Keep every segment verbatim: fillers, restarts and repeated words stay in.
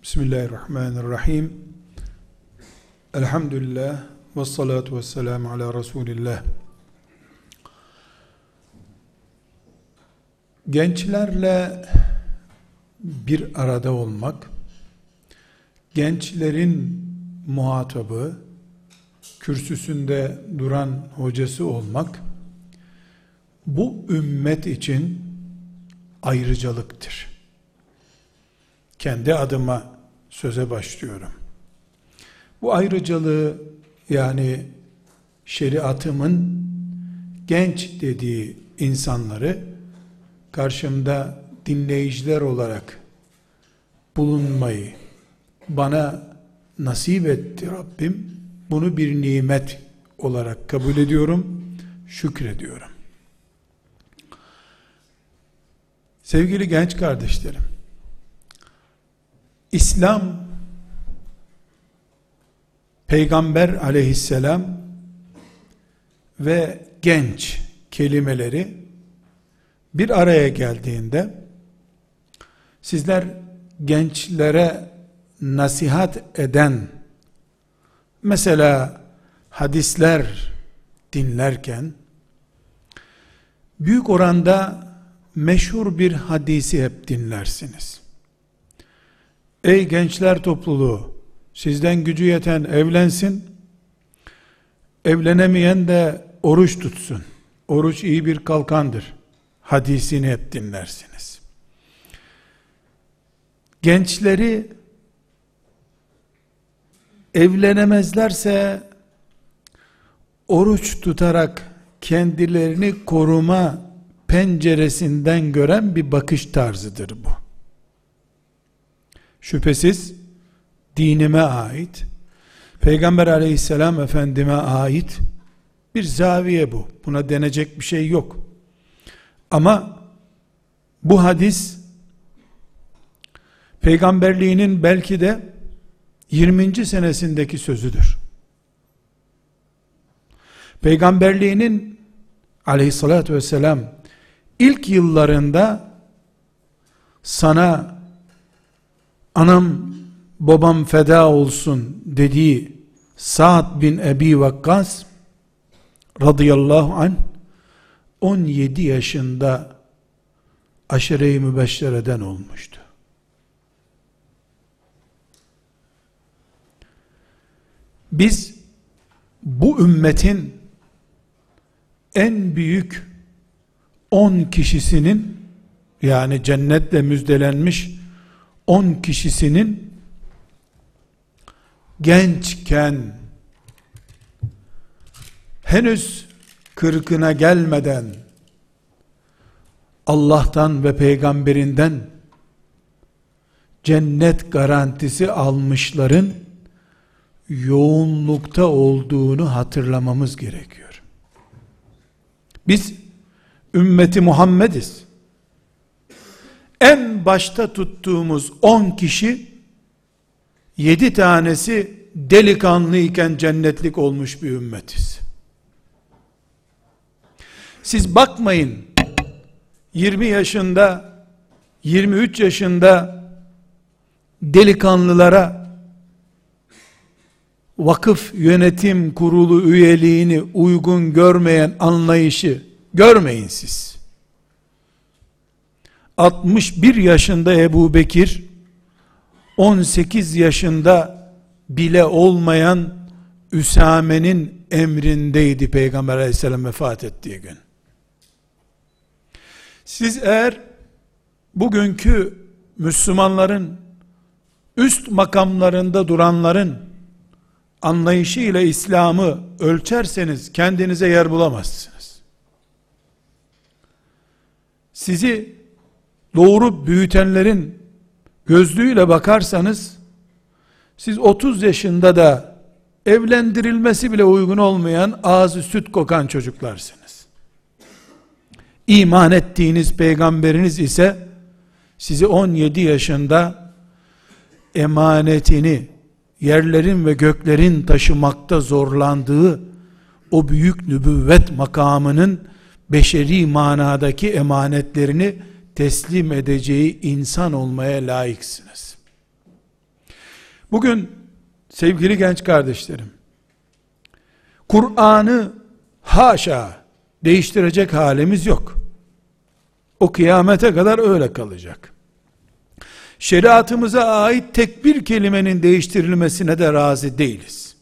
Bismillahirrahmanirrahim. Elhamdülillah ve salatu ve selamu ala Resulillah. Gençlerle bir arada olmak, gençlerin muhatabı, kürsüsünde duran hocası olmak, bu ümmet için ayrıcalıktır. Kendi adıma söze başlıyorum. Bu ayrıcalığı, yani şeriatımın genç dediği insanları karşımda dinleyiciler olarak bulunmayı bana nasip etti Rabbim. Bunu bir nimet olarak kabul ediyorum, şükrediyorum. Sevgili genç kardeşlerim, İslam, Peygamber aleyhisselam ve genç kelimeleri bir araya geldiğinde, sizler gençlere nasihat eden, mesela hadisler dinlerken, büyük oranda meşhur bir hadisi hep dinlersiniz. Ey gençler topluluğu, sizden gücü yeten evlensin, evlenemeyen de oruç tutsun. Oruç iyi bir kalkandır hadisini hep dinlersiniz. Gençleri evlenemezlerse oruç tutarak kendilerini koruma penceresinden gören bir bakış tarzıdır bu. Şüphesiz dinime ait, Peygamber aleyhisselam efendime ait bir zaviye bu. Buna denecek bir şey yok. Ama bu hadis peygamberliğinin belki de yirminci senesindeki sözüdür. Peygamberliğinin aleyhissalatü vesselam ilk yıllarında sana anam babam feda olsun dediği Sa'd bin Ebi Vakkas radıyallahu anh on yedi yaşında aşere-i mübeşşereden olmuştu. Biz bu ümmetin en büyük on kişisinin, yani cennetle müjdelenmiş on kişisinin gençken, henüz kırkına gelmeden Allah'tan ve peygamberinden cennet garantisi almışların yoğunlukta olduğunu hatırlamamız gerekiyor. Biz ümmeti Muhammediz. En başta tuttuğumuz on kişi, yedi tanesi delikanlı iken cennetlik olmuş bir ümmetiz. Siz bakmayın, yirmi yaşında, yirmi üç yaşında delikanlılara vakıf yönetim kurulu üyeliğini uygun görmeyen anlayışı görmeyin siz. altmış bir yaşında Ebu Bekir, on sekiz yaşında bile olmayan Üsame'nin emrindeydi Peygamber aleyhisselam vefat ettiği gün. Siz eğer bugünkü Müslümanların üst makamlarında duranların anlayışıyla İslam'ı ölçerseniz kendinize yer bulamazsınız. Sizi doğurup büyütenlerin gözlüğüyle bakarsanız, siz otuz yaşında da evlendirilmesi bile uygun olmayan, ağzı süt kokan çocuklarsınız. İman ettiğiniz peygamberiniz ise sizi on yedi yaşında emanetini yerlerin ve göklerin taşımakta zorlandığı o büyük nübüvvet makamının beşeri manadaki emanetlerini teslim edeceği insan olmaya layıksınız. Bugün sevgili genç kardeşlerim, Kur'an'ı haşa değiştirecek halimiz yok. O kıyamete kadar öyle kalacak. Şeriatımıza ait tek bir kelimenin değiştirilmesine de razı değiliz.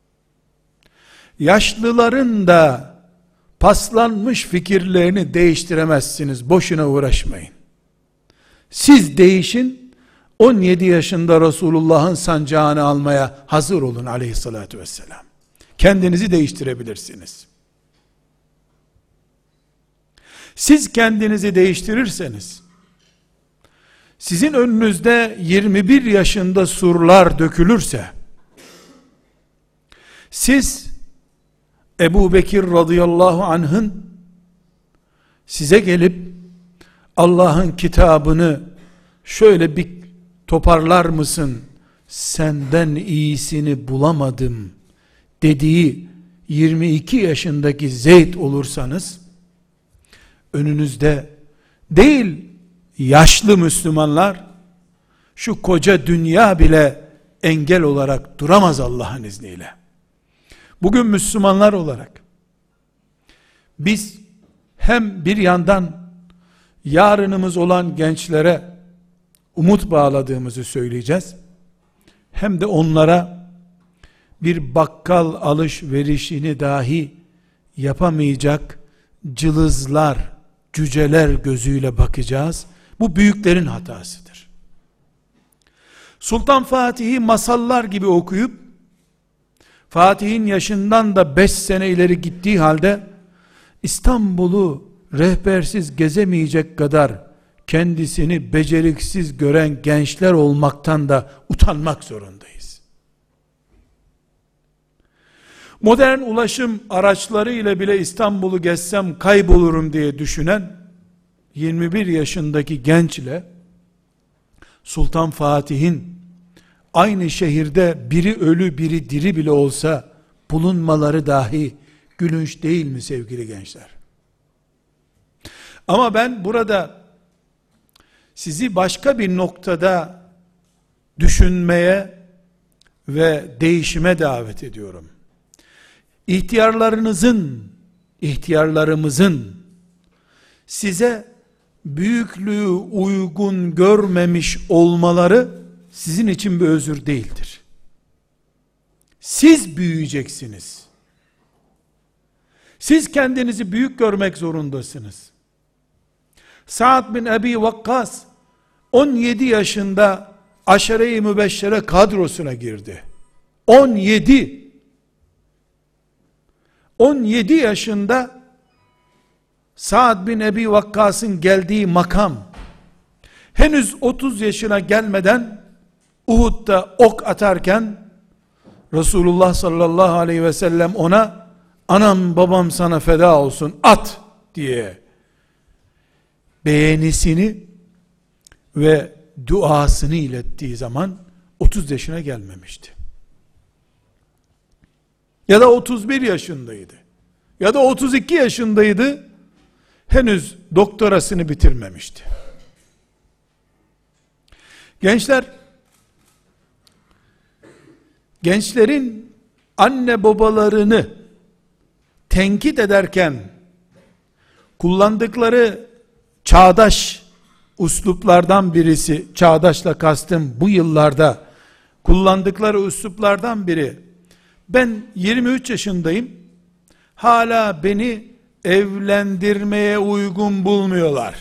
Yaşlıların da paslanmış fikirlerini değiştiremezsiniz. Boşuna uğraşmayın. Siz değişin, on yedi yaşında Resulullah'ın sancağını almaya hazır olun aleyhissalatü vesselam. Kendinizi değiştirebilirsiniz. Siz kendinizi değiştirirseniz, sizin önünüzde yirmi bir yaşında surlar dökülürse, siz Ebu Bekir radıyallahu anh'ın size gelip Allah'ın kitabını şöyle bir toparlar mısın, senden iyisini bulamadım dediği yirmi iki yaşındaki Zeyd olursanız, önünüzde değil yaşlı Müslümanlar, şu koca dünya bile engel olarak duramaz Allah'ın izniyle. Bugün Müslümanlar olarak biz hem bir yandan yarınımız olan gençlere umut bağladığımızı söyleyeceğiz, hem de onlara bir bakkal alışverişini dahi yapamayacak cılızlar, cüceler gözüyle bakacağız. Bu büyüklerin hatasıdır. Sultan Fatih'i masallar gibi okuyup, Fatih'in yaşından da beş sene ileri gittiği halde, İstanbul'u rehbersiz gezemeyecek kadar kendisini beceriksiz gören gençler olmaktan da utanmak zorundayız. Modern ulaşım araçları ile bile İstanbul'u gezsem kaybolurum diye düşünen yirmi bir yaşındaki gençle Sultan Fatih'in aynı şehirde biri ölü biri diri bile olsa bulunmaları dahi gülünç değil mi sevgili gençler? Ama ben burada sizi başka bir noktada düşünmeye ve değişime davet ediyorum. İhtiyarlarınızın, ihtiyarlarımızın size büyüklüğü uygun görmemiş olmaları sizin için bir özür değildir. Siz büyüyeceksiniz. Siz kendinizi büyük görmek zorundasınız. Sa'd bin Ebi Vakkas on yedi yaşında aşere-i mübeşşere kadrosuna girdi. on yedi on yedi yaşında Sa'd bin Ebi Vakkas'ın geldiği makam, henüz otuz yaşına gelmeden Uhud'da ok atarken Resulullah sallallahu aleyhi ve sellem ona anam babam sana feda olsun at diye beğenisini ve duasını ilettiği zaman otuz yaşına gelmemişti. Ya da otuz bir yaşındaydı. Ya da otuz iki yaşındaydı. Henüz doktorasını bitirmemişti. Gençler, gençlerin anne babalarını tenkit ederken kullandıkları çağdaş üsluplardan birisi, çağdaşla kastım bu yıllarda kullandıkları üsluplardan biri, ben yirmi üç yaşındayım, hala beni evlendirmeye uygun bulmuyorlar.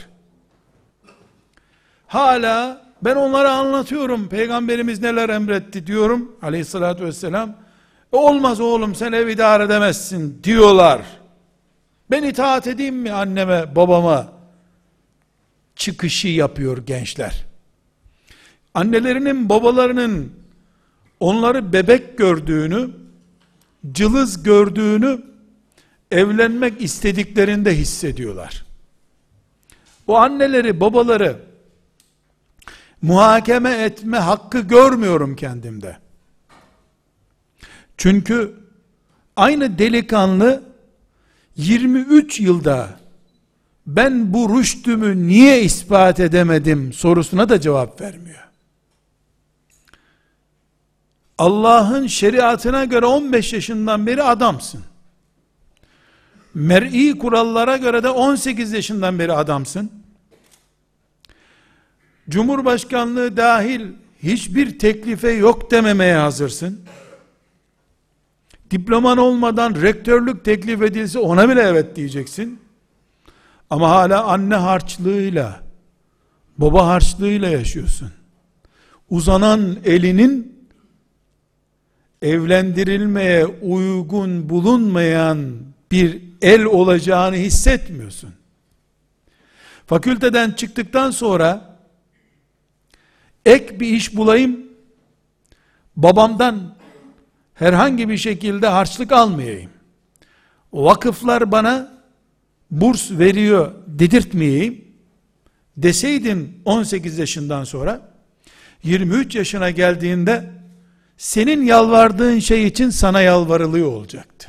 Hala ben onlara anlatıyorum, Peygamberimiz neler emretti diyorum aleyhissalatü vesselam, e olmaz oğlum sen ev idare edemezsin diyorlar. Ben itaat edeyim mi anneme babama? Çıkışı yapıyor gençler. Annelerinin babalarının onları bebek gördüğünü, cılız gördüğünü evlenmek istediklerinde hissediyorlar. O anneleri babaları muhakeme etme hakkı görmüyorum kendimde. Çünkü aynı delikanlı yirmi üç yılda ben bu rüştümü niye ispat edemedim sorusuna da cevap vermiyor. Allah'ın şeriatına göre on beş yaşından beri adamsın. Mer'i kurallara göre de on sekiz yaşından beri adamsın. Cumhurbaşkanlığı dahil hiçbir teklife yok dememeye hazırsın. Diploman olmadan rektörlük teklif edilse ona bile evet diyeceksin. Ama hala anne harçlığıyla, baba harçlığıyla yaşıyorsun. Uzanan elinin evlendirilmeye uygun bulunmayan bir el olacağını hissetmiyorsun. Fakülteden çıktıktan sonra ek bir iş bulayım, babamdan herhangi bir şekilde harçlık almayayım, vakıflar bana burs veriyor dedirtmeyeyim deseydin on sekiz yaşından sonra, yirmi üç yaşına geldiğinde senin yalvardığın şey için sana yalvarılıyor olacaktı.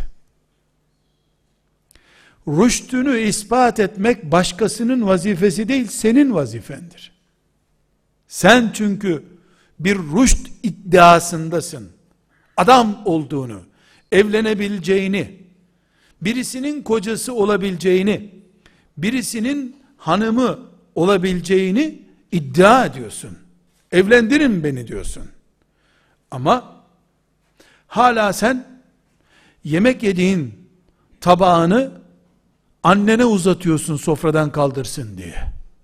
Rüştünü ispat etmek başkasının vazifesi değil, senin vazifendir. Sen çünkü bir rüşt iddiasındasın. Adam olduğunu, evlenebileceğini, birisinin kocası olabileceğini, birisinin hanımı olabileceğini iddia ediyorsun. Evlendirin beni diyorsun. Ama hala sen yemek yediğin tabağını annene uzatıyorsun sofradan kaldırsın diye.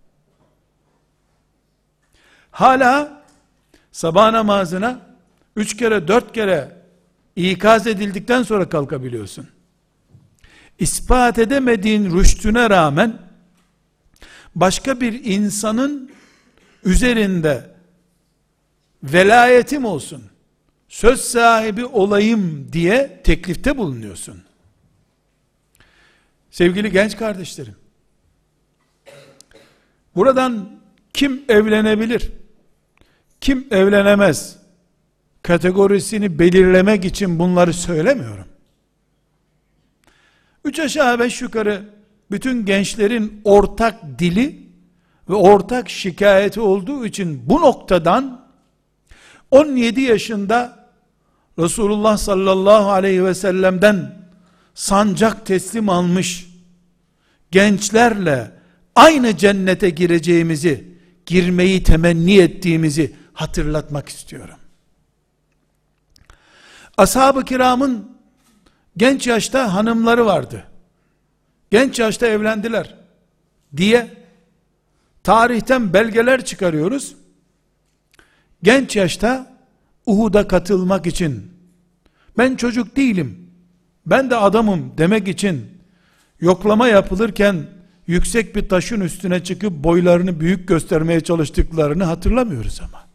Hala sabah namazına üç kere dört kere ikaz edildikten sonra kalkabiliyorsun. İspat edemediğin rüştüne rağmen başka bir insanın üzerinde velayetim olsun, söz sahibi olayım diye teklifte bulunuyorsun. Sevgili genç kardeşlerim, buradan kim evlenebilir, kim evlenemez kategorisini belirlemek için bunları söylemiyorum. Üç aşağı beş yukarı bütün gençlerin ortak dili ve ortak şikayeti olduğu için bu noktadan on yedi yaşında Resulullah sallallahu aleyhi ve sellem'den sancak teslim almış gençlerle aynı cennete gireceğimizi, girmeyi temenni ettiğimizi hatırlatmak istiyorum. Ashab-ı kiramın genç yaşta hanımları vardı. Genç yaşta evlendiler diye tarihten belgeler çıkarıyoruz. Genç yaşta Uhud'a katılmak için, ben çocuk değilim, ben de adamım demek için yoklama yapılırken yüksek bir taşın üstüne çıkıp boylarını büyük göstermeye çalıştıklarını hatırlamıyoruz ama.